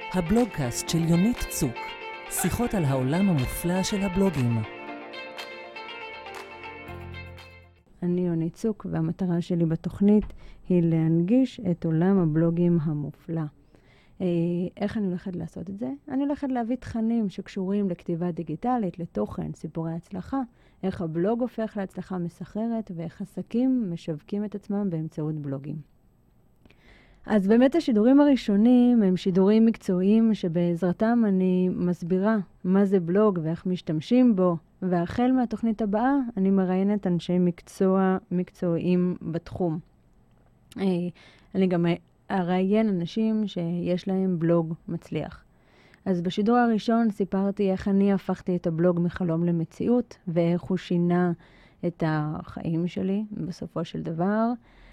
הבלוגקאסט של יונית צוק. שיחות על העולם המופלא של הבלוגים. אני יונית צוק, והמטרה שלי בתוכנית היא להנגיש את עולם הבלוגים המופלא. איך אני הולכת לעשות את זה? אני הולכת להביא תכנים שקשורים לכתיבה דיגיטלית, לתוכן, סיפורי הצלחה, איך הבלוג הופך להצלחה מסחררת, ואיך עסקים משווקים את עצמם באמצעות בלוגים. אז באמת השידורים הראשונים הם שידורים מקצועיים שבעזרתם אני מסבירה מה זה בלוג ואיך משתמשים בו, והחל מהתוכנית הבאה אני מראיינת אנשי מקצועיים בתחום. אני גם אראיין אנשים שיש להם בלוג מצליח. אז בשידור הראשון סיפרתי איך אני הפכתי את הבלוג מחלום למציאות, ואיך הוא שינה את החיים שלי בסופו של דבר.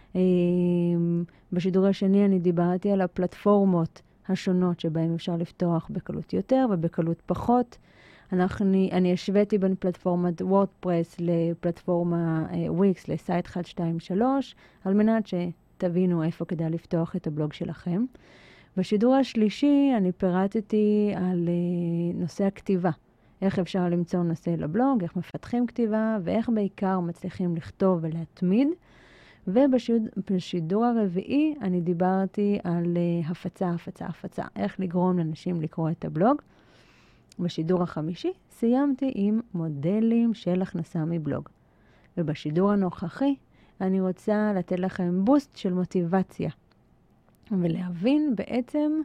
בשידור השני אני דיברתי על הפלטפורמות השונות שבהן אפשר לפתוח בקלות יותר ובקלות פחות. אני השוויתי בין פלטפורמת וורדפרס לפלטפורמה וויקס, לסייט 123, על מנת שתבינו איפה כדאי לפתוח את הבלוג שלכם. בשידור השלישי אני פירטתי על נושא הכתיבה. איך אפשר למצוא נושא לבלוג, איך מפתחים כתיבה, ואיך בעיקר מצליחים לכתוב ולהתמיד. ובשידור הרביעי אני דיברתי על הפצה, איך לגרום לאנשים לקרוא את הבלוג. בשידור החמישי סיימתי עם מודלים של הכנסה מבלוג. ובשידור הנוכחי אני רוצה לתת לכם בוסט של מוטיבציה, ולהבין בעצם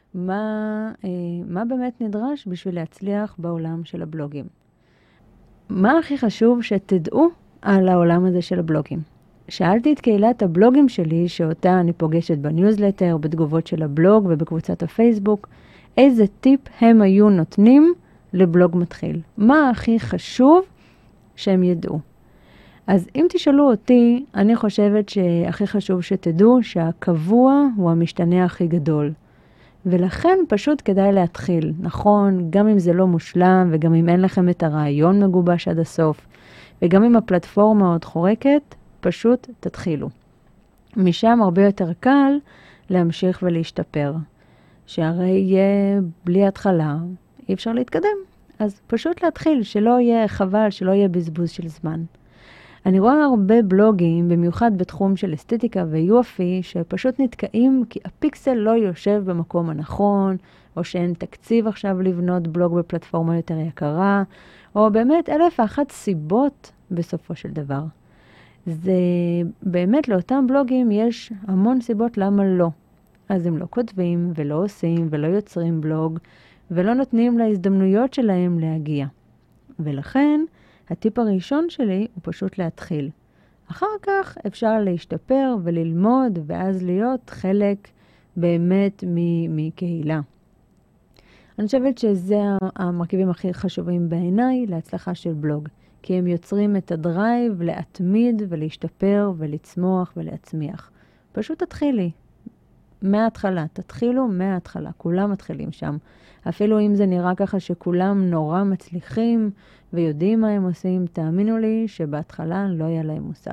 מה באמת נדרש בשביל להצליח בעולם של הבלוגים. מה הכי חשוב שתדעו על העולם הזה של הבלוגים? שאלתי את קהילת הבלוגים שלי, שאותה אני פוגשת בניוזלטר, בתגובות של הבלוג ובקבוצת הפייסבוק, איזה טיפ הם היו נותנים לבלוג מתחיל. מה הכי חשוב שהם ידעו? אז אם תשאלו אותי, אני חושבת שהכי חשוב שתדעו שהקבוע הוא המשתנה הכי גדול. ולכן פשוט כדאי להתחיל. נכון, גם אם זה לא מושלם, וגם אם אין לכם את הרעיון מגובש עד הסוף, וגם אם הפלטפורמה עוד חורקת, פשוט תתחילו. משם הרבה יותר קל להמשיך ולהשתפר. שהרי בלי התחלה אי אפשר להתקדם. אז פשוט להתחיל, שלא יהיה חבל, שלא יהיה בזבוז של זמן. אני רואה הרבה בלוגים, במיוחד בתחום של אסתטיקה ויופי, שפשוט נתקעים כי הפיקסל לא יושב במקום הנכון, או שאין תקציב עכשיו לבנות בלוג בפלטפורמה יותר יקרה, או באמת 1,001 סיבות בסופו של דבר. זה באמת לאותם בלוגים יש המון סיבות למה לא. אז הם לא כותבים ולא עושים ולא יוצרים בלוג, ולא נותנים להזדמנויות שלהם להגיע. ולכן הטיפ הראשון שלי הוא פשוט להתחיל. אחר כך אפשר להשתפר וללמוד, ואז להיות חלק באמת מקהילה. אני חושבת שזה המרכיבים הכי חשובים בעיניי להצלחה של בלוג. כי הם יוצרים את הדרייב להתמיד ולהשתפר ולצמוח ולהצמיח. פשוט תתחילי. מההתחלה. תתחילו מההתחלה. כולם מתחילים שם. אפילו אם זה נראה ככה שכולם נורא מצליחים ויודעים מה הם עושים, תאמינו לי שבהתחלה לא היה להם מושג.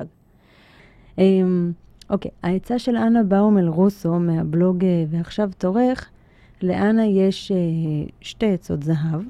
אוקיי, העצה של אנה באומל רוסו מהבלוג ועכשיו תורך, לאנה יש 2 עצות זהב,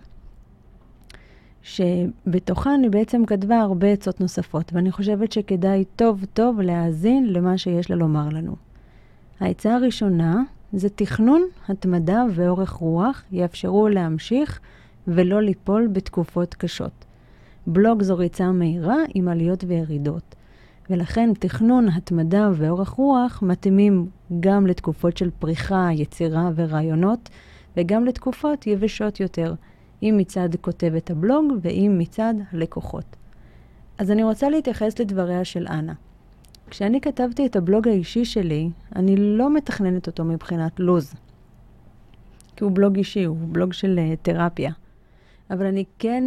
שבתוכה אני בעצם כתבה הרבה עצות נוספות, ואני חושבת שכדאי טוב להאזין למה שיש לה לומר לנו. העצה הראשונה זה תכנון, התמדה ואורך רוח יאפשרו להמשיך ולא ליפול בתקופות קשות. בלוג זו ריצה מהירה עם עליות וירידות, ולכן תכנון, התמדה ואורך רוח מתאימים גם לתקופות של פריחה, יצירה ורעיונות, וגם לתקופות יבשות יותר, אם מצד כותבת הבלוג ואם מצד הלקוחות. אז אני רוצה להתייחס לדבריה של אנה. כשאני כתבתי את הבלוג האישי שלי, אני לא מתכננת אותו מבחינת לוז. כי הוא בלוג אישי, הוא בלוג של תרפיה. אבל אני כן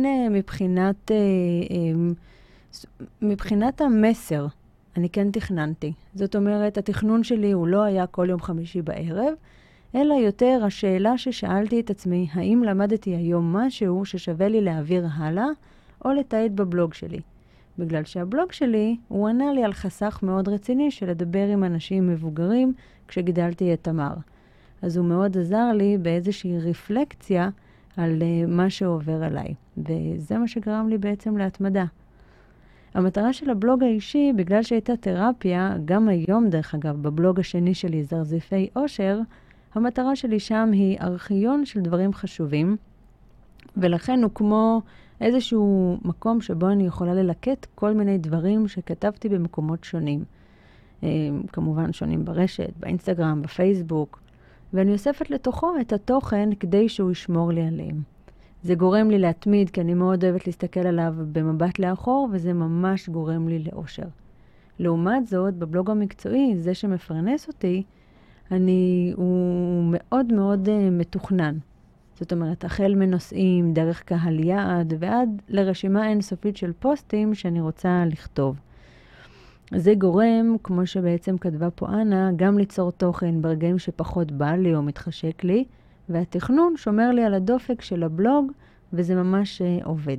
מבחינת המסר, אני כן תכננתי. זאת אומרת, התכנון שלי הוא לא היה כל יום חמישי בערב, אלא יותר השאלה ששאלתי את עצמי, האם למדתי היום משהו ששווה לי להעביר הלאה, או לתעד בבלוג שלי. בגלל שהבלוג שלי, הוא ענה לי על חסך מאוד רציני של לדבר עם אנשים מבוגרים כשגידלתי את תמר. אז הוא מאוד עזר לי באיזושהי רפלקציה על מה שעובר עליי. וזה מה שגרם לי בעצם להתמדה. המטרה של הבלוג האישי, בגלל שהייתה תרפיה, גם היום דרך אגב, בבלוג השני שלי, זרזיפי אושר, המטרה שלי שם היא ארכיון של דברים חשובים, ולכן הוא כמו איזשהו מקום שבו אני יכולה ללקט כל מיני דברים שכתבתי במקומות שונים. כמובן שונים ברשת, באינסטגרם, בפייסבוק, ואני אוספת לתוכו את התוכן כדי שהוא ישמור לי עליהם. זה גורם לי להתמיד, כי אני מאוד אוהבת להסתכל עליו במבט לאחור, וזה ממש גורם לי לאושר. לעומת זאת, בבלוג המקצועי, זה שמפרנס אותי, הוא מאוד מאוד מתוכנן. זאת אומרת, החל מנושאים, דרך קהל יעד, ועד לרשימה אינסופית של פוסטים שאני רוצה לכתוב. זה גורם, כמו שבעצם כתבה פה אנה, גם ליצור תוכן ברגעים שפחות בא לי או מתחשק לי, והתכנון שומר לי על הדופק של הבלוג, וזה ממש עובד.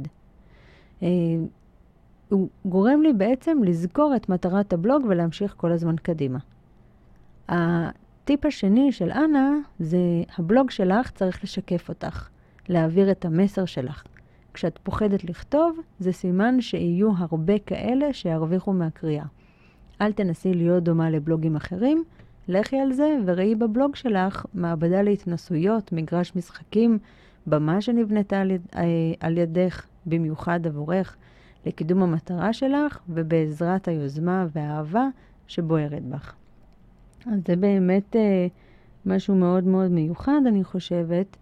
הוא גורם לי בעצם לזכור את מטרת הבלוג ולהמשיך כל הזמן קדימה. הטיפ השני של אנה זה הבלוג שלך צריך לשקף אותך, להעביר את המסר שלך. כשאת פוחדת לכתוב, זה סימן שיהיו הרבה כאלה שירוויחו מהקריאה. אל תנסי להיות דומה לבלוגים אחרים, לכי על זה וראי בבלוג שלך מעבדה להתנסויות, מגרש משחקים, במה שנבנתה על ידך, במיוחד עבורך, לקידום המטרה שלך ובעזרת היוזמה והאהבה שבוערת בך. אז זה באמת משהו מאוד מאוד מיוחד, אני חושבת,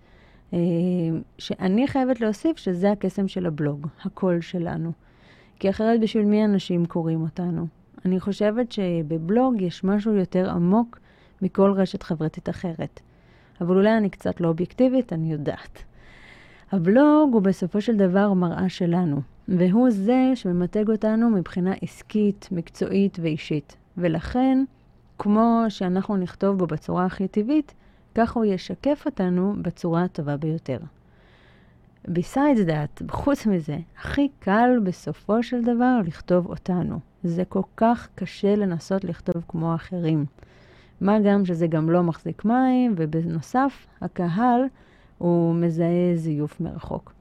שאני חייבת להוסיף שזה הקסם של הבלוג, הקול שלנו. כי אחרת בשביל מי אנשים קוראים אותנו? אני חושבת שבבלוג יש משהו יותר עמוק מכל רשת חברתית אחרת. אבל אולי אני קצת לא אובייקטיבית, אני יודעת. הבלוג הוא בסופו של דבר מראה שלנו, והוא זה שממתג אותנו מבחינה עסקית, מקצועית ואישית. ולכן, כמו שאנחנו נכתוב בו בצורה הכי טבעית, כך הוא ישקף אותנו בצורה הטובה ביותר. Besides that, חוץ מזה, הכי קל בסופו של דבר לכתוב אותנו. זה כל כך קשה לנסות לכתוב כמו אחרים. מה גם שזה גם לא מחזיק מים, ובנוסף, הקהל הוא מזהה זיוף מרחוק.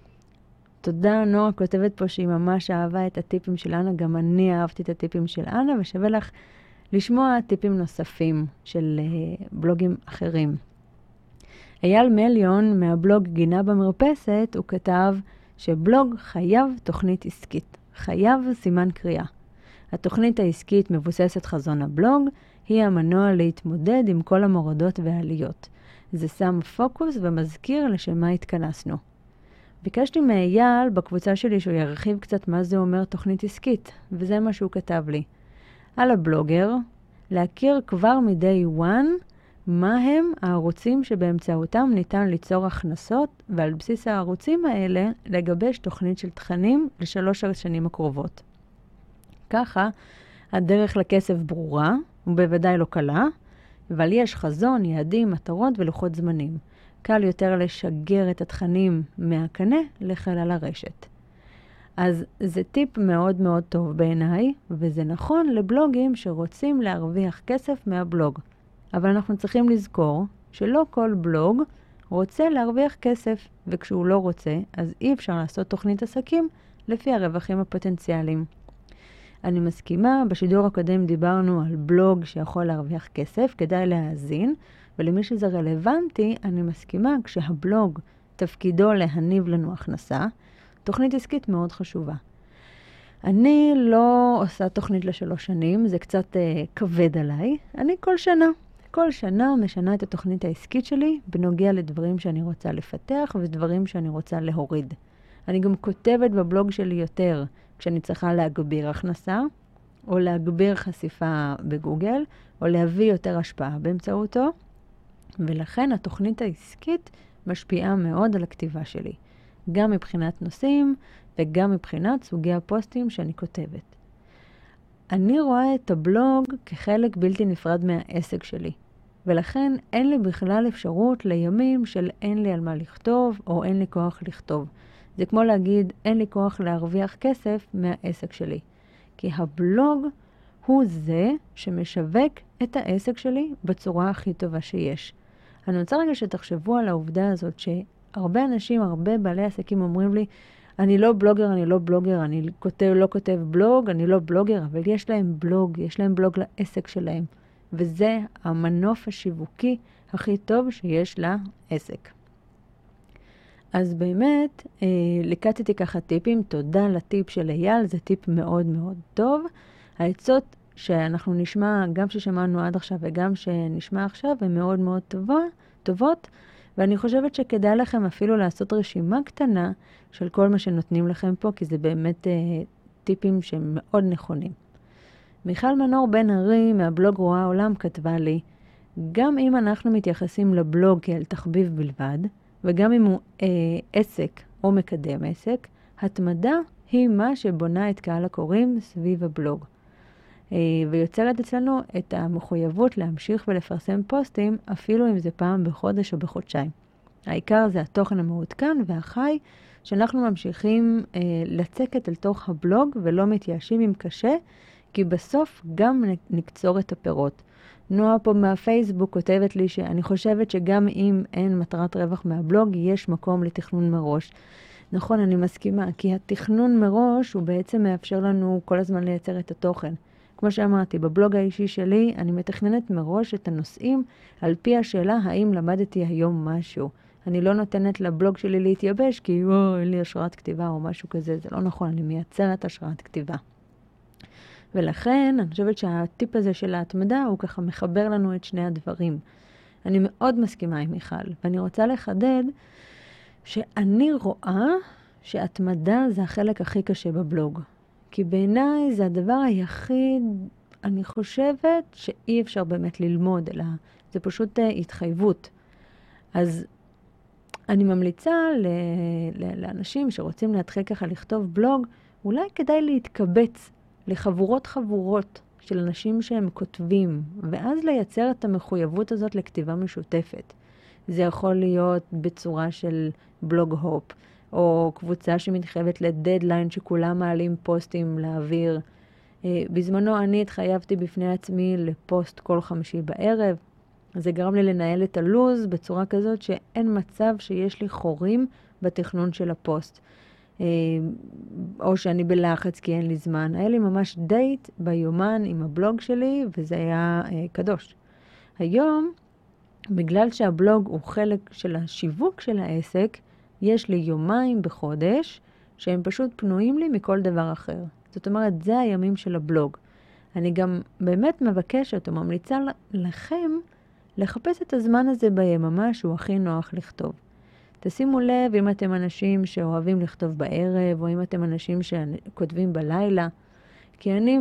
תודה, נועה כותבת פה שהיא ממש אהבה את הטיפים של אנה, גם אני אהבתי את הטיפים של אנה, ושווה לך לשמוע טיפים נוספים של בלוגים אחרים. אייל מליון מהבלוג גינה במרפסת, הוא כתב שבלוג חייב תוכנית עסקית, חייב סימן קריאה. התוכנית העסקית מבוססת חזון הבלוג, היא המנוע להתמודד עם כל המורדות והעליות. זה שם פוקוס ומזכיר לשמה התכנסנו. ביקשתי מאייל בקבוצה שלי שהוא ירחיב קצת מה זה אומר תוכנית עסקית, וזה מה שהוא כתב לי. על הבלוגר, להכיר כבר מ-day one מה הם הערוצים שבאמצעותם ניתן ליצור הכנסות, ועל בסיס הערוצים האלה לגבש תוכנית של תכנים ל3 השנים הקרובות. ככה, הדרך לכסף ברורה, ובוודאי לא קלה, אבל יש חזון, יעדים, מטרות ולוחות זמנים. קל יותר לשגר את התכנים מהקנה לחלל הרשת. אז זה טיפ מאוד מאוד טוב בעיניי, וזה נכון לבלוגים שרוצים להרוויח כסף מהבלוג. אבל אנחנו צריכים לזכור שלא כל בלוג רוצה להרוויח כסף, וכשהוא לא רוצה, אז אי אפשר לעשות תוכנית עסקים לפי הרווחים הפוטנציאליים. אני מסכימה, בשידור הקודם דיברנו על בלוג שיכול להרוויח כסף, כדאי להאזין, ולמי שזה רלוונטי, אני מסכימה כשהבלוג תפקידו להניב לנו הכנסה, תוכנית עסקית מאוד חשובה. אני לא עושה תוכנית ל3 שנים, זה קצת כבד עליי. אני כל שנה משנה את התוכנית העסקית שלי בנוגע לדברים שאני רוצה לפתח ודברים שאני רוצה להוריד. אני גם כותבת בבלוג שלי יותר כשאני צריכה להגביר הכנסה, או להגביר חשיפה בגוגל, או להביא יותר השפעה באמצעותו, ולכן התוכנית העסקית משפיעה מאוד על הכתיבה שלי, גם מבחינת נושאים וגם מבחינת סוגי הפוסטים שאני כותבת. אני רואה את הבלוג כחלק בלתי נפרד מהעסק שלי, ולכן אין לי בכלל אפשרות לימים של אין לי על מה לכתוב או אין לי כוח לכתוב. זה כמו להגיד אין לי כוח להרוויח כסף מהעסק שלי, כי הבלוג הוא זה שמשווק את העסק שלי בצורה הכי טובה שיש. אני רוצה רגע שתחשבו על העובדה הזאת שהרבה אנשים, הרבה בעלי עסקים אומרים לי, אני לא בלוגר, אני לא כותב בלוג, אני לא בלוגר, אבל יש להם בלוג לעסק שלהם. וזה המנוף השיווקי הכי טוב שיש לעסק. אז באמת, לקטתי ככה טיפים, תודה לטיפ של אייל, זה טיפ מאוד מאוד טוב. העצות שאנחנו נשמע, גם ששמענו עד עכשיו וגם שנשמע עכשיו, הן מאוד מאוד טובות, ואני חושבת שכדאי לכם אפילו לעשות רשימה קטנה של כל מה שנותנים לכם פה, כי זה באמת טיפים שהם מאוד נכונים. מיכל מנור בן ארי מהבלוג רואה העולם כתבה לי, גם אם אנחנו מתייחסים לבלוג כאל תחביב בלבד, וגם אם הוא עסק או מקדם עסק, התמדה היא מה שבונה את קהל הקוראים סביב הבלוג. ויוצרת אצלנו את המחויבות להמשיך ולפרסם פוסטים, אפילו אם זה פעם בחודש או בחודשיים. העיקר זה התוכן המעודכן והחי, שאנחנו ממשיכים לצקת אל תוך הבלוג ולא מתייאשים אם קשה, כי בסוף גם נקצור את הפירות. נועה פה מהפייסבוק כותבת לי שאני חושבת שגם אם אין מטרת רווח מהבלוג, יש מקום לתכנון מראש. נכון, אני מסכימה, כי התכנון מראש הוא בעצם מאפשר לנו כל הזמן לייצר את התוכן. כמו שאמרתי, בבלוג האישי שלי אני מתכננת מראש את הנושאים על פי השאלה האם למדתי היום משהו. אני לא נותנת לבלוג שלי להתייבש כי אין לי השראת כתיבה או משהו כזה. זה לא נכון, אני מייצרת השראת כתיבה. ולכן אני חושבת שהטיפ הזה של ההתמדה הוא ככה מחבר לנו את שני הדברים. אני מאוד מסכימה עם מיכל, ואני רוצה לחדד שאני רואה שההתמדה זה החלק הכי קשה בבלוג. כי בעיניי זה הדבר היחיד, אני חושבת שאי אפשר באמת ללמוד, אלא זה פשוט התחייבות. אז אני ממליצה לאנשים שרוצים להתחיל ככה לכתוב בלוג, אולי כדאי להתקבץ לחבורות של אנשים שהם כותבים, ואז לייצר את המחויבות הזאת לכתיבה משותפת. זה יכול להיות בצורה של בלוג הופ, או קבוצה שמתחייבת לדדליין שכולם מעלים פוסטים להעביר. בזמנו אני התחייבתי בפני עצמי לפוסט כל חמישי בערב. זה גרם לי לנהל את הלוז בצורה כזאת שאין מצב שיש לי חורים בתכנון של הפוסט. או שאני בלחץ כי אין לי זמן. היה לי ממש דייט ביומן עם הבלוג שלי, וזה היה קדוש. היום, בגלל שהבלוג הוא חלק של השיווק של העסק, יש לי יומיים בחודש שהם פשוט פנויים לי מכל דבר אחר. זאת אומרת, זה הימים של הבלוג. אני גם באמת מבקשת או ממליצה לכם לחפש את הזמן הזה ביממה שהוא הכי נוח לכתוב. תשימו לב אם אתם אנשים שאוהבים לכתוב בערב, או אם אתם אנשים שכותבים בלילה, כי אני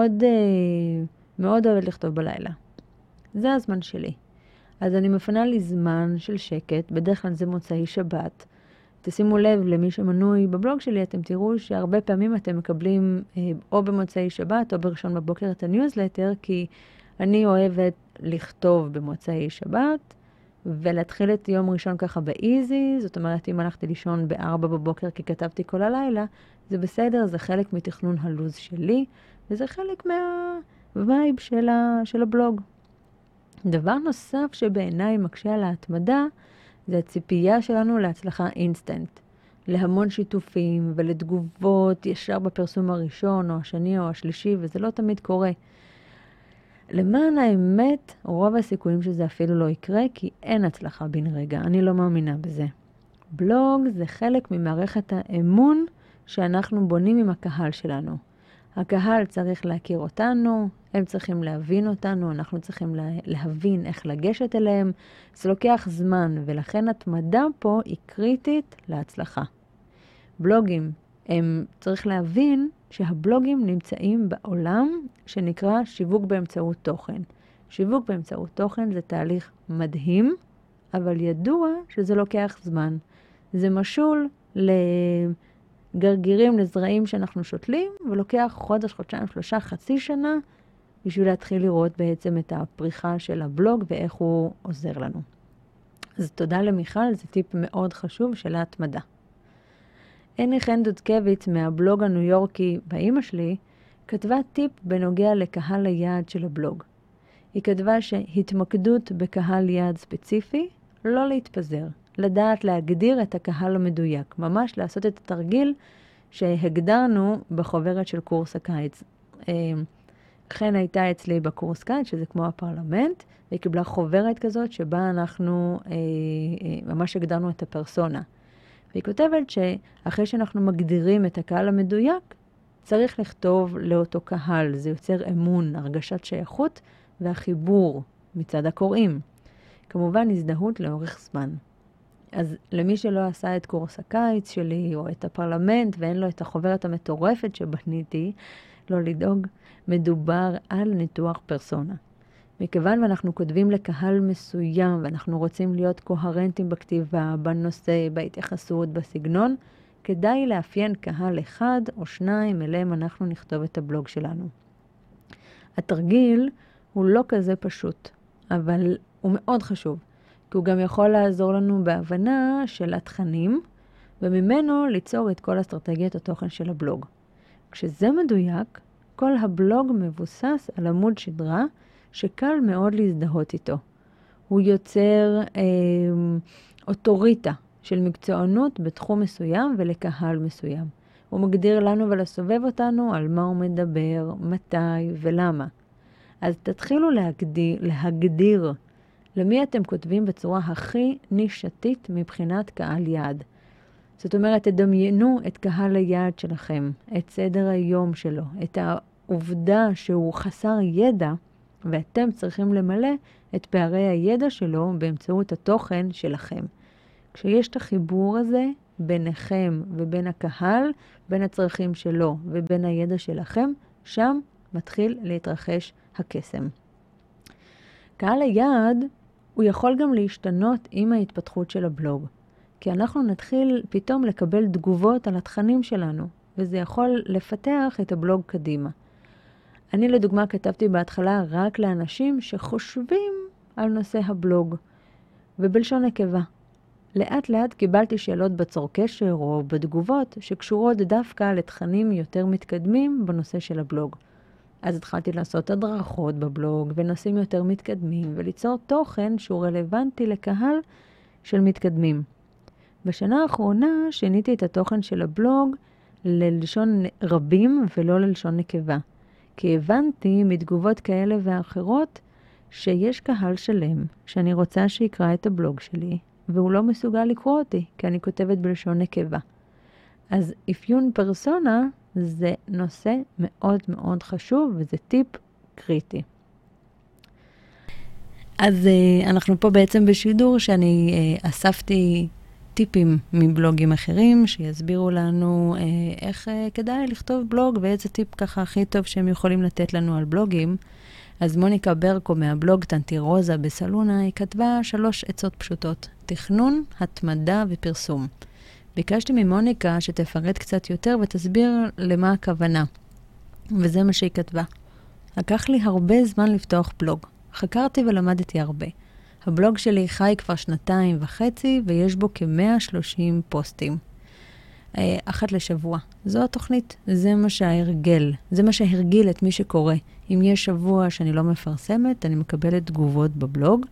מאוד אוהבת לכתוב בלילה. זה הזמן שלי. אז אני מפנה לי זמן של שקט, בדרך כלל זה מוצאי שבת. תשימו לב למי שמנוי בבלוג שלי, אתם תראו שהרבה פעמים אתם מקבלים או במוצאי שבת או בראשון בבוקר את הניוזלטר, כי אני אוהבת לכתוב במוצאי שבת, ולהתחיל את יום ראשון ככה באיזי, זאת אומרת, אם הלכתי לישון ב-4 בבוקר כי כתבתי כל הלילה, זה בסדר, זה חלק מתכנון הלוז שלי, וזה חלק מהווייב של הבלוג. דבר נוסף שבעיניי מקשה על ההתמדה, זה הציפייה שלנו להצלחה אינסטנט. להמון שיתופים ולתגובות ישר בפרסום הראשון או השני או השלישי, וזה לא תמיד קורה. למען האמת, רוב הסיכויים שזה אפילו לא יקרה, כי אין הצלחה בן רגע. אני לא מאמינה בזה. בלוג זה חלק ממערכת האמון שאנחנו בונים עם הקהל שלנו. הקהל צריך להכיר אותנו, הם צריכים להבין אותנו, אנחנו צריכים להבין איך לגשת אליהם. זה לוקח זמן, ולכן התמדה פה היא קריטית להצלחה. בלוגים, צריך להבין שהבלוגים נמצאים בעולם שנקרא שיווק באמצעות תוכן. שיווק באמצעות תוכן זה תהליך מדהים, אבל ידוע שזה לוקח זמן. זה משול לגרגירים, לזרעים שאנחנו שותלים, ולוקח חודש, חודשיים, 3, חצי שנה, בשביל להתחיל לראות בעצם את הפריחה של הבלוג ואיך הוא עוזר לנו. אז תודה למיכל, זה טיפ מאוד חשוב של ההתמדה. עיני חן דודקביץ מהבלוג הניו יורקי באמא שלי, כתבה טיפ בנוגע לקהל היעד של הבלוג. היא כתבה שהתמקדות בקהל יעד ספציפי, לא להתפזר, לדעת להגדיר את הקהל המדויק, ממש לעשות את התרגיל שהגדרנו בחוברת של קורס הקיץ. חן הייתה אצלי בקורס קיץ, שזה כמו הפרלמנט, והיא קיבלה חוברת כזאת שבה אנחנו ממש הגדרנו את הפרסונה. והיא כותבת שאחרי שאנחנו מגדירים את הקהל המדויק, צריך לכתוב לאותו קהל. זה יוצר אמון, הרגשת שייכות והחיבור מצד הקוראים. כמובן הזדהות לאורך זמן. אז למי שלא עשה את קורס הקיץ שלי או את הפרלמנט ואין לו את החוברת המטורפת שבניתי, לא לדאוג, מדובר על ניתוח פרסונה. מכיוון ואנחנו כותבים לקהל מסוים ואנחנו רוצים להיות קוהרנטים בכתיבה, בנושא, בהתייחסות, בסגנון, כדאי לאפיין קהל אחד או שניים אליהם אנחנו נכתוב את הבלוג שלנו. התרגיל הוא לא כזה פשוט, אבל הוא מאוד חשוב, כי הוא גם יכול לעזור לנו בהבנה של התכנים, וממנו ליצור את כל אסטרטגיית התוכן של הבלוג. כשזה מדויק, כל הבלוג מבוסס על עמוד שדרה שקל מאוד להזדהות איתו. הוא יוצר אוטוריטה של מקצוענות בתחום מסוים ולקהל מסוים. הוא מגדיר לנו ולסובב אותנו על מה הוא מדבר, מתי ולמה. אז תתחילו להגדיר למי אתם כותבים בצורה הכי נישתית מבחינת קהל יעד. זאת אומרת, תדמיינו את קהל היעד שלכם, את סדר היום שלו, את העובדה שהוא חסר ידע, ואתם צריכים למלא את פערי הידע שלו באמצעות התוכן שלכם. כשיש את החיבור הזה ביניכם ובין הקהל, בין הצרכים שלו ובין הידע שלכם, שם מתחיל להתרחש הקסם. קהל היעד הוא יכול גם להשתנות עם ההתפתחות של הבלוג. כי אנחנו נתחיל פתאום לקבל תגובות על התכנים שלנו, וזה יכול לפתח את הבלוג קדימה. אני לדוגמה כתבתי בהתחלה רק לאנשים שחושבים על נושא הבלוג, ובלשון נקבה. לאט לאט קיבלתי שאלות בצור קשר או בתגובות שקשורות דווקא לתכנים יותר מתקדמים בנושא של הבלוג. אז התחלתי לעשות הדרכות בבלוג ונושאים יותר מתקדמים וליצור תוכן שהוא רלוונטי לקהל של מתקדמים. בשנה האחרונה שיניתי את התוכן של הבלוג ללשון רבים ולא ללשון נקבה. כי הבנתי מתגובות כאלה ואחרות שיש קהל שלם שאני רוצה שיקרא את הבלוג שלי והוא לא מסוגל לקרוא אותי כי אני כותבת בלשון נקבה. אז אפיון פרסונה זה נושא מאוד מאוד חשוב וזה טיפ קריטי. אז אנחנו פה בעצם בשידור שאני אספתי טיפים מבלוגים אחרים שיסבירו לנו איך כדאי לכתוב בלוג ואיזה טיפ ככה הכי טוב שהם יכולים לתת לנו על בלוגים. אז מוניקה ברקו מהבלוג טנטירוזה בסלונה היא כתבה 3 עצות פשוטות: תכנון, התמדה ופרסום. ביקשתי ממוניקה שתפרט קצת יותר ותסביר למה הכוונה. וזה מה שהיא כתבה. לקח לי הרבה זמן לפתוח בלוג. חקרתי ולמדתי הרבה. הבלוג שלי חי כבר 2.5 ויש בו כ-130 פוסטים. 1 לשבוע. זו התוכנית. זה מה שההרגל. זה מה שהרגיל את מי שקורא. אם יש שבוע שאני לא מפרסמת, אני מקבלת תגובות בבלוג,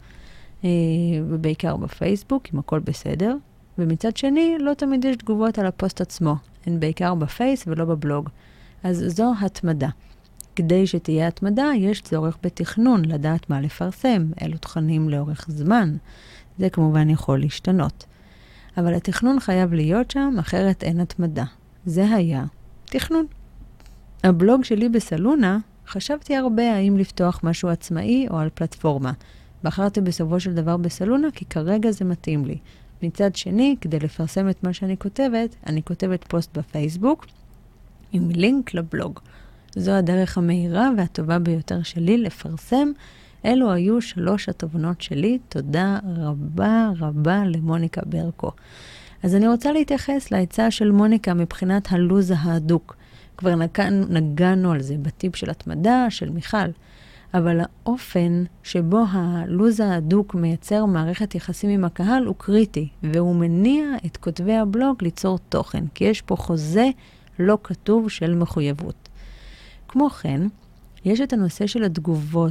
ובעיקר בפייסבוק, אם הכל בסדר. ומצד שני, לא תמיד יש תגובות על הפוסט עצמו. הן בעיקר בפייס ולא בבלוג. אז זו התמדה. כדי שתהיה התמדה, יש צורך בתכנון, לדעת מה לפרסם, אילו תכנים לאורך זמן. זה כמובן יכול להשתנות. אבל התכנון חייב להיות שם, אחרת אין התמדה. זה היה תכנון. הבלוג שלי בסלונה, חשבתי הרבה האם לפתוח משהו עצמאי או על פלטפורמה. בחרתי בסופו של דבר בסלונה, כי כרגע זה מתאים לי. מצד שני, כדי לפרסם את מה שאני כותבת, אני כותבת פוסט בפייסבוק עם לינק לבלוג. זו הדרך המהירה והטובה ביותר שלי לפרסם. אלו היו 3 התובנות שלי. תודה רבה רבה למוניקה ברקו. אז אני רוצה להתייחס להצעה של מוניקה מבחינת הלוז ההדוק. כבר נגענו על זה בטיפ של התמדה של מיכל. אבל האופן שבו הלוז ההדוק מייצר מערכת יחסים עם הקהל הוא קריטי, והוא מניע את כותבי הבלוג ליצור תוכן, כי יש פה חוזה לא כתוב של מחויבות. כמו כן, יש את הנושא של התגובות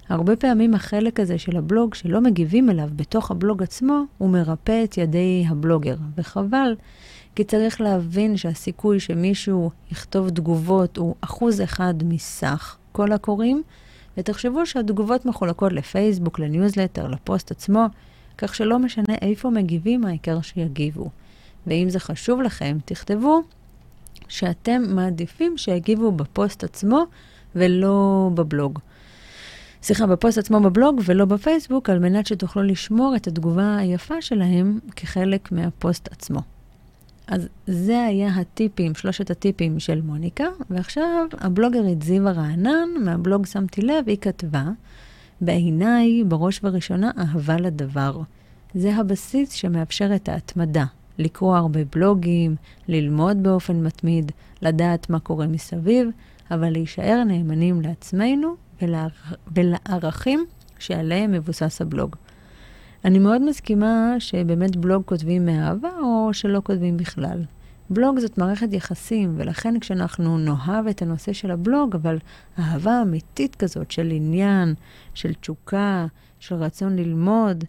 הרבה פעמים החלק הזה של הבלוג שלא מגיבים אליו בתוך הבלוג עצמו, הוא מרפא את ידי הבלוגר. וחבל, כי צריך להבין שהסיכוי שמישהו יכתוב תגובות הוא 1% מסך כל הקוראים, ותחשבו שהתגובות מחולקות לפייסבוק, לניוזלטר, לפוסט עצמו, כך שלא משנה איפה מגיבים, העיקר שיגיבו. ואם זה חשוב לכם, תכתבו שאתם מעדיפים שיגיבו בפוסט עצמו ולא בבלוג. בפוסט עצמו בבלוג ולא בפייסבוק, על מנת שתוכלו לשמור את התגובה היפה שלהם כחלק מהפוסט עצמו. אז זה היה הטיפים, 3 הטיפים של מוניקה, ועכשיו הבלוגרית זיווה רענן, מהבלוג שמתי לב, היא כתבה, בעיניי, בראש וראשונה, אהבה לדבר. זה הבסיס שמאפשר את ההתמדה, לקרוא הרבה בלוגים, ללמוד באופן מתמיד, לדעת מה קורה מסביב, אבל להישאר נאמנים לעצמנו ולערכים שעליהם מבוסס הבלוג. אני מאוד מסכימה שבאמת בלוג כותבים מאהבה או שלא כותבים בכלל. בלוג זאת מערכת יחסים, ולכן כשאנחנו נאהב את הנושא של הבלוג, אבל אהבה אמיתית כזאת של עניין, של תשוקה, של רצון ללמוד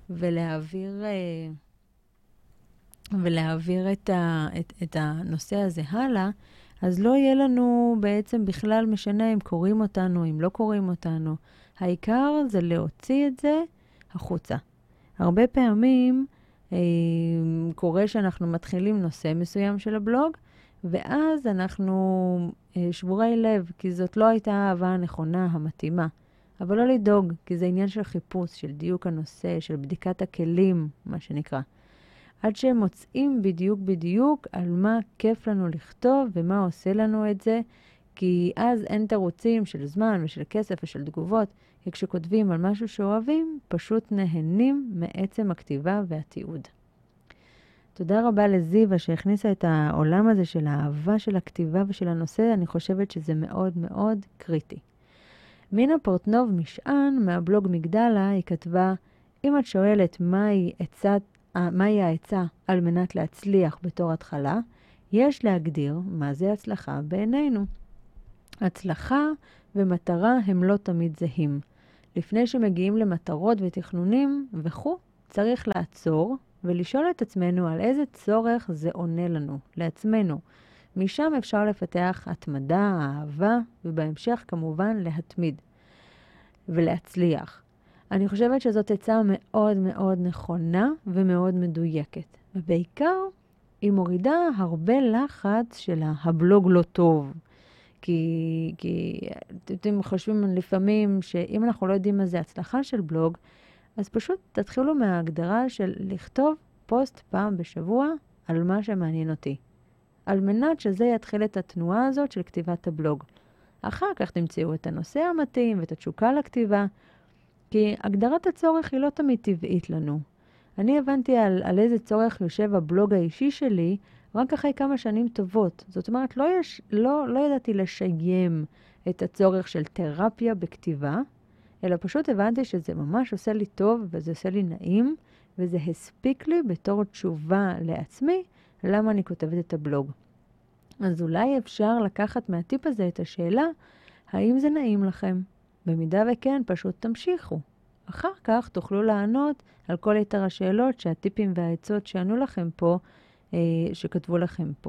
ולהעביר את הנושא הזה הלאה, אז לא יהיה לנו בעצם בכלל משנה אם קוראים אותנו, אם לא קוראים אותנו. העיקר זה להוציא את זה החוצה. הרבה פעמים קורה שאנחנו מתחילים נושא מסוים של הבלוג, ואז אנחנו שבורי לב, כי זאת לא הייתה האהבה הנכונה, המתאימה. אבל לא לדאוג, כי זה עניין של חיפוש, של דיוק הנושא, של בדיקת הכלים, מה שנקרא. עד שהם מוצאים בדיוק על מה כיף לנו לכתוב ומה עושה לנו את זה, כי אז אין תירוצים של זמן ושל כסף ושל תגובות, כי כשכותבים על משהו שאוהבים, פשוט נהנים מעצם הכתיבה והתיעוד. תודה רבה לזיווה שהכניסה את העולם הזה של האהבה של הכתיבה ושל הנושא, אני חושבת שזה מאוד מאוד קריטי. מינה פורטנוב משען מהבלוג מגדלה, היא כתבה, אם את שואלת מהי העצה על מנת להצליח בתור התחלה, יש להגדיר מה זה הצלחה בעינינו. הצלחה ומטרה הם לא תמיד זהים. לפני שמגיעים למטרות ותכנונים וכו', צריך לעצור ולשאול את עצמנו על איזה צורך זה עונה לנו, לעצמנו. משם אפשר לפתח התמדה, אהבה, ובהמשך כמובן להתמיד ולהצליח. אני חושבת שזאת עצה מאוד מאוד נכונה ומאוד מדויקת. ובעיקר היא מורידה הרבה לחץ של הבלוג לא טוב. כי אתם חושבים לפעמים שאם אנחנו לא יודעים מה זה הצלחה של בלוג, אז פשוט תתחילו מההגדרה של לכתוב פוסט פעם בשבוע על מה שמעניין אותי. על מנת שזה יתחיל את התנועה הזאת של כתיבת הבלוג. אחר כך תמצאו את הנושא המתאים ואת התשוקה לכתיבה, כי הגדרת הצורך היא לא תמיד טבעית לנו. אני הבנתי על איזה צורך יושב הבלוג האישי שלי רק אחרי כמה שנים טובות. זאת אומרת, לא ידעתי לשיים את הצורך של תרפיה בכתיבה, אלא פשוט הבנתי שזה ממש עושה לי טוב וזה עושה לי נעים, וזה הספיק לי בתור תשובה לעצמי למה אני כותבת את הבלוג. אז אולי אפשר לקחת מהטיפ הזה את השאלה, האם זה נעים לכם? במידה וכן, פשוט תמשיכו. אחר כך תוכלו לענות על כל יתר השאלות שהטיפים והעצות שענו לכם פה, שכתבו לכם פה.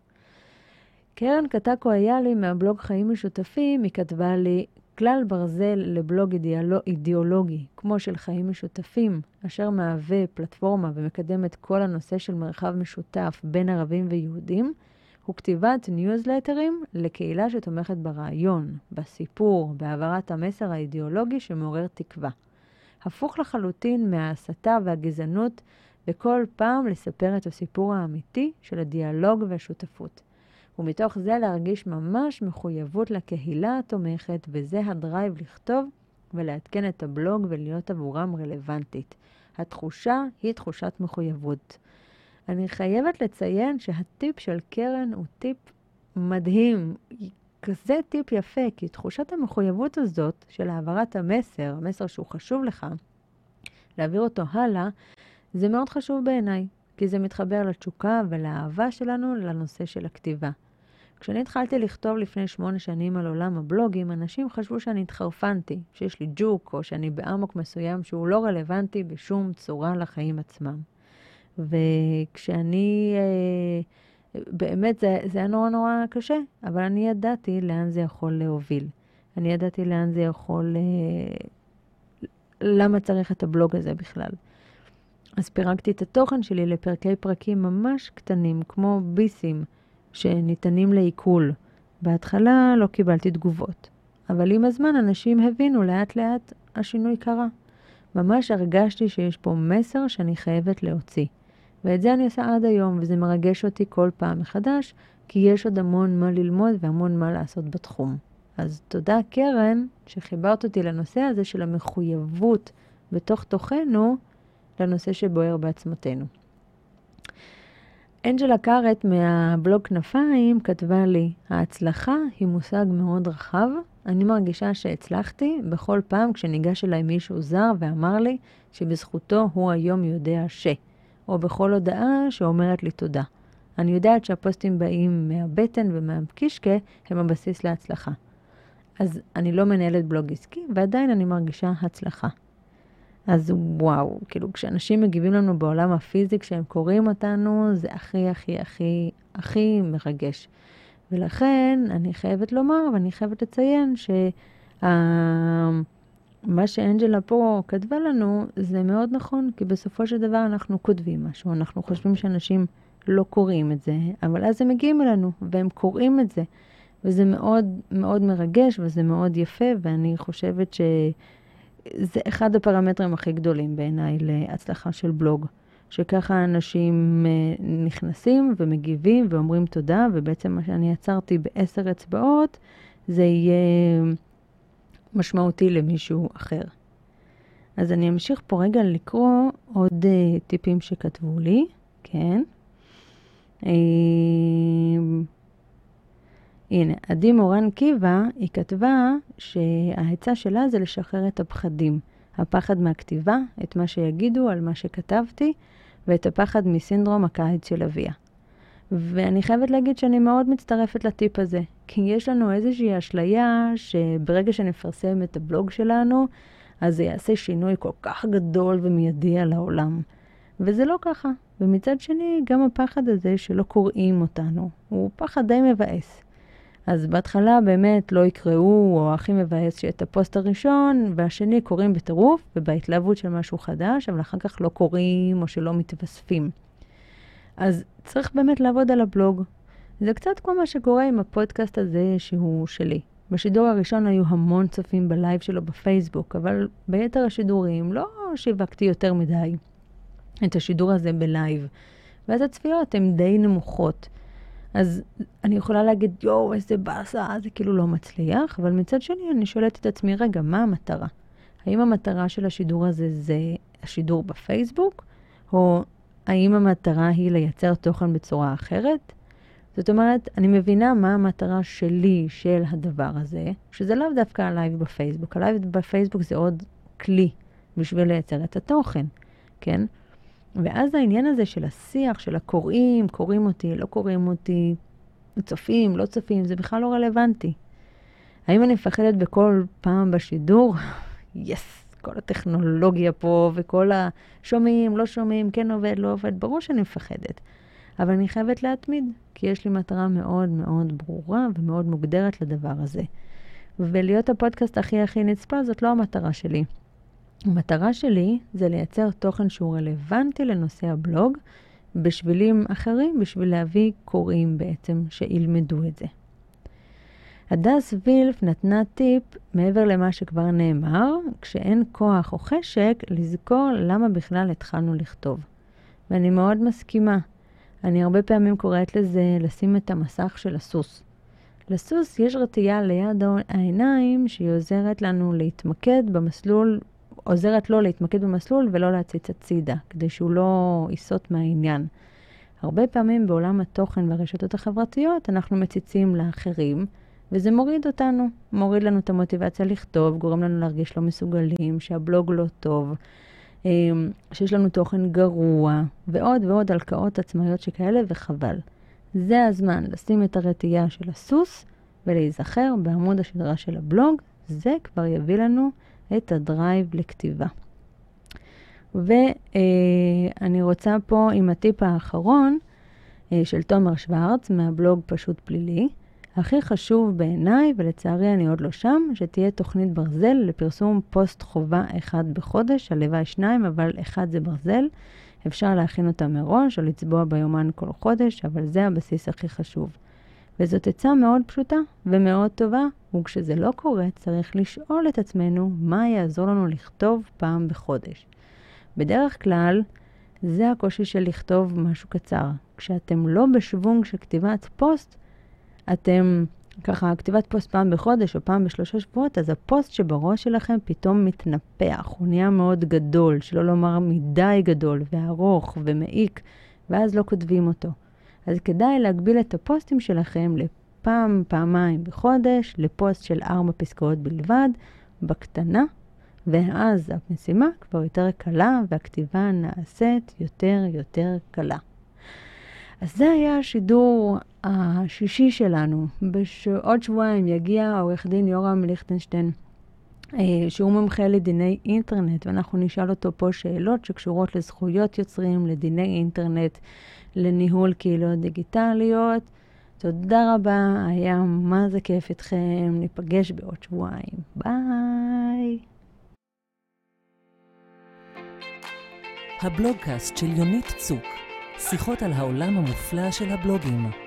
קרן קטקו היה לי מהבלוג חיים משותפים, היא כתבה לי, כלל ברזל לבלוג אידיאולוגי, כמו של חיים משותפים, אשר מהווה פלטפורמה ומקדם את כל הנושא של מרחב משותף בין ערבים ויהודים, הוא כתיבת ניוזלטרים לקהילה שתומכת ברעיון, בסיפור, בהעברת המסר האידיאולוגי שמעורר תקווה. הפוך לחלוטין מההסתה והגזענות, וכל פעם לספר את הסיפור האמיתי של הדיאלוג והשותפות. ומתוך זה להרגיש ממש מחויבות לקהילה התומכת, וזה הדרייב לכתוב ולעדכן את הבלוג ולהיות עבורם רלוונטית. התחושה היא תחושת מחויבות. אני חייבת לציין שהטיפ של קרן הוא טיפ מדהים, כזה טיפ יפה, כי תחושת המחויבות הזאת של העברת המסר שהוא חשוב לך, להעביר אותו הלאה, זה מאוד חשוב בעיניי, כי זה מתחבר לתשוקה ולאהבה שלנו לנושא של הכתיבה. כשאני התחלתי לכתוב לפני 8 שנים על עולם הבלוגים, אנשים חשבו שאני התחרפנתי, שיש לי ג'וק, או שאני באמוק מסוים שהוא לא רלוונטי בשום צורה לחיים עצמם. וכשאני, באמת זה היה נורא נורא קשה, אבל אני ידעתי לאן זה יכול להוביל. אני ידעתי לאן זה יכול, למה צריך את הבלוג הזה בכלל. אז פירקתי את התוכן שלי לפרקי פרקים ממש קטנים, כמו ביסים שניתנים לעיכול. בהתחלה לא קיבלתי תגובות, אבל עם הזמן אנשים הבינו לאט לאט השינוי קרה. ממש הרגשתי שיש פה מסר שאני חייבת להוציא. ואת זה אני עושה עד היום, וזה מרגש אותי כל פעם מחדש, כי יש עוד המון מה ללמוד והמון מה לעשות בתחום. אז תודה קרן שחיברת אותי לנושא הזה של המחויבות בתוך תוכנו, לנושא שבוער בעצמותינו. אנג'לה קארט מהבלוג כנפיים כתבה לי, ההצלחה היא מושג מאוד רחב. אני מרגישה שהצלחתי בכל פעם כשניגש אליי מישהו זר ואמר לי שבזכותו הוא היום יודע או בכל הודעה שאומרת לי תודה. אני יודעת שהפוסטים באים מהבטן ומהקישקע הם הבסיס להצלחה. אז אני לא מנהלת בלוג עסקי ועדיין אני מרגישה הצלחה. אז וואו, כאילו כשאנשים מגיבים לנו בעולם הפיזי, כשהם קוראים אותנו, זה הכי הכי הכי הכי מרגש. ולכן אני חייבת לומר, ואני חייבת לציין מה שאנג'לה פה כתבה לנו, זה מאוד נכון, כי בסופו של דבר אנחנו כותבים משהו, אנחנו חושבים שאנשים לא קוראים את זה, אבל אז הם מגיעים אלינו, והם קוראים את זה, וזה מאוד מאוד מרגש, וזה מאוד יפה, ואני חושבת זה אחד הפרמטרים הכי גדולים בעיניי להצלחה של בלוג, שככה אנשים נכנסים ומגיבים ואומרים תודה, ובעצם מה שאני יצרתי ב10 אצבעות, זה יהיה משמעותי למישהו אחר. אז אני אמשיך פה רגע לקרוא עוד טיפים שכתבו לי, כן. הנה, עדי מורן קיבה, היא כתבה שההצעה שלה זה לשחרר את הפחדים. הפחד מהכתיבה, את מה שיגידו על מה שכתבתי, ואת הפחד מסינדרום הקיץ של אביה. ואני חייבת להגיד שאני מאוד מצטרפת לטיפ הזה, כי יש לנו איזושהי אשליה שברגע שנפרסם את הבלוג שלנו, אז זה יעשה שינוי כל כך גדול ומיידי על העולם. וזה לא ככה. ומצד שני, גם הפחד הזה שלא קוראים אותנו, הוא פחד די מבאס. אז בהתחלה באמת לא יקראו, או הכי מבאס שאת הפוסט הראשון, והשני קוראים בטירוף, ובהתלהבות של משהו חדש, אבל אחר כך לא קוראים, או שלא מתווספים. אז צריך באמת לעבוד על הבלוג. זה קצת כמו מה שקורה עם הפודקאסט הזה שהוא שלי. בשידור הראשון היו המון צופים בלייב שלו בפייסבוק, אבל ביתר השידורים לא שיווקתי יותר מדי את השידור הזה בלייב. ואז הצפיות הן די נמוכות. אז אני יכולה להגיד, יואו, איזה באסה, זה כאילו לא מצליח, אבל מצד שני אני שואלת את עצמי, רגע, מה המטרה? האם המטרה של השידור הזה זה השידור בפייסבוק, או האם המטרה היא לייצר תוכן בצורה אחרת? זאת אומרת, אני מבינה מה המטרה שלי של הדבר הזה, שזה לאו דווקא הלייב בפייסבוק. הלייב בפייסבוק זה עוד כלי בשביל לייצר את התוכן, כן? ואז העניין הזה של השיח, של הקוראים, קוראים אותי, לא קוראים אותי, צופים, לא צופים, זה בכלל לא רלוונטי. האם אני מפחדת בכל פעם בשידור? יס, כל הטכנולוגיה פה וכל השומעים, לא שומעים, כן עובד, לא עובד, ברור שאני מפחדת. אבל אני חייבת להתמיד, כי יש לי מטרה מאוד מאוד ברורה ומאוד מוגדרת לדבר הזה. ולהיות הפודקאסט הכי נצפה, זאת לא המטרה שלי. המטרה שלי זה לייצר תוכן שהוא רלוונטי לנושא הבלוג, בשבילים אחרים, בשביל להביא קוראים בעצם שילמדו את זה. הדס וילף נתנה טיפ מעבר למה שכבר נאמר, כשאין כוח או חשק, לזכור למה בכלל התחלנו לכתוב. ואני מאוד מסכימה. אני הרבה פעמים קוראת לזה לשים את המסך של הסוס. לסוס יש רתיעה ליד העיניים שהיא עוזרת לנו להתמקד במסלול, עוזרת לו להתמקד במסלול ולא להציץ הצידה, כדי שהוא לא ייסוט מהעניין. הרבה פעמים בעולם התוכן והרשתות החברתיות אנחנו מציצים לאחרים, וזה מוריד אותנו, מוריד לנו את המוטיבציה לכתוב, גורם לנו להרגיש לא מסוגלים, שהבלוג לא טוב, שיש לנו תוכן גרוע, ועוד ועוד הלקאות עצמאיות שכאלה, וחבל. זה הזמן לשים את הרתיעה של הסוס ולהיזכר בעמוד השדרה של הבלוג. זה כבר יביא לנו את הדרייב לכתיבה. ואני רוצה פה עם הטיפ האחרון של תומר שוורץ מהבלוג פשוט פלילי. הכי חשוב בעיניי, ולצערי אני עוד לא שם, שתהיה תוכנית ברזל לפרסום פוסט חובה אחד בחודש, הלוואי 2, אבל אחד זה ברזל. אפשר להכין אותה מראש או לצבוע ביומן כל חודש, אבל זה הבסיס הכי חשוב. וזאת עצה מאוד פשוטה ומאוד טובה, וכשזה לא קורה צריך לשאול את עצמנו מה יעזור לנו לכתוב פעם בחודש. בדרך כלל זה הקושי של לכתוב משהו קצר. כשאתם לא בשוונג של כתיבת פוסט, אתם ככה כתיבת פוסט פעם בחודש או פעם ב3 שבועות, אז הפוסט שבראש שלכם פתאום מתנפח, הוא נהיה מאוד גדול, שלא לומר מדי גדול וארוך ומעיק, ואז לא כותבים אותו. אז כדאי להגביל את הפוסטים שלכם לפעם, פעמיים בחודש, לפוסט של 4 פסקאות בלבד, בקטנה, ואז המשימה כבר יותר קלה והכתיבה נעשית יותר קלה. אז זה היה השידור השישי שלנו. בעוד שבועיים יגיע העורך דין יורם ליכטנשטיין, שהוא מומחה לדיני אינטרנט, ואנחנו נשאל אותו פה שאלות שקשורות לזכויות יוצרים, לדיני אינטרנט, לניהול קהילות דיגיטליות. תודה רבה, היה מה זה כיף איתכם, ניפגש בעוד שבועיים. ביי! הבלוגקאסט של יונית צוק, שיחות על העולם המופלא של הבלוגים.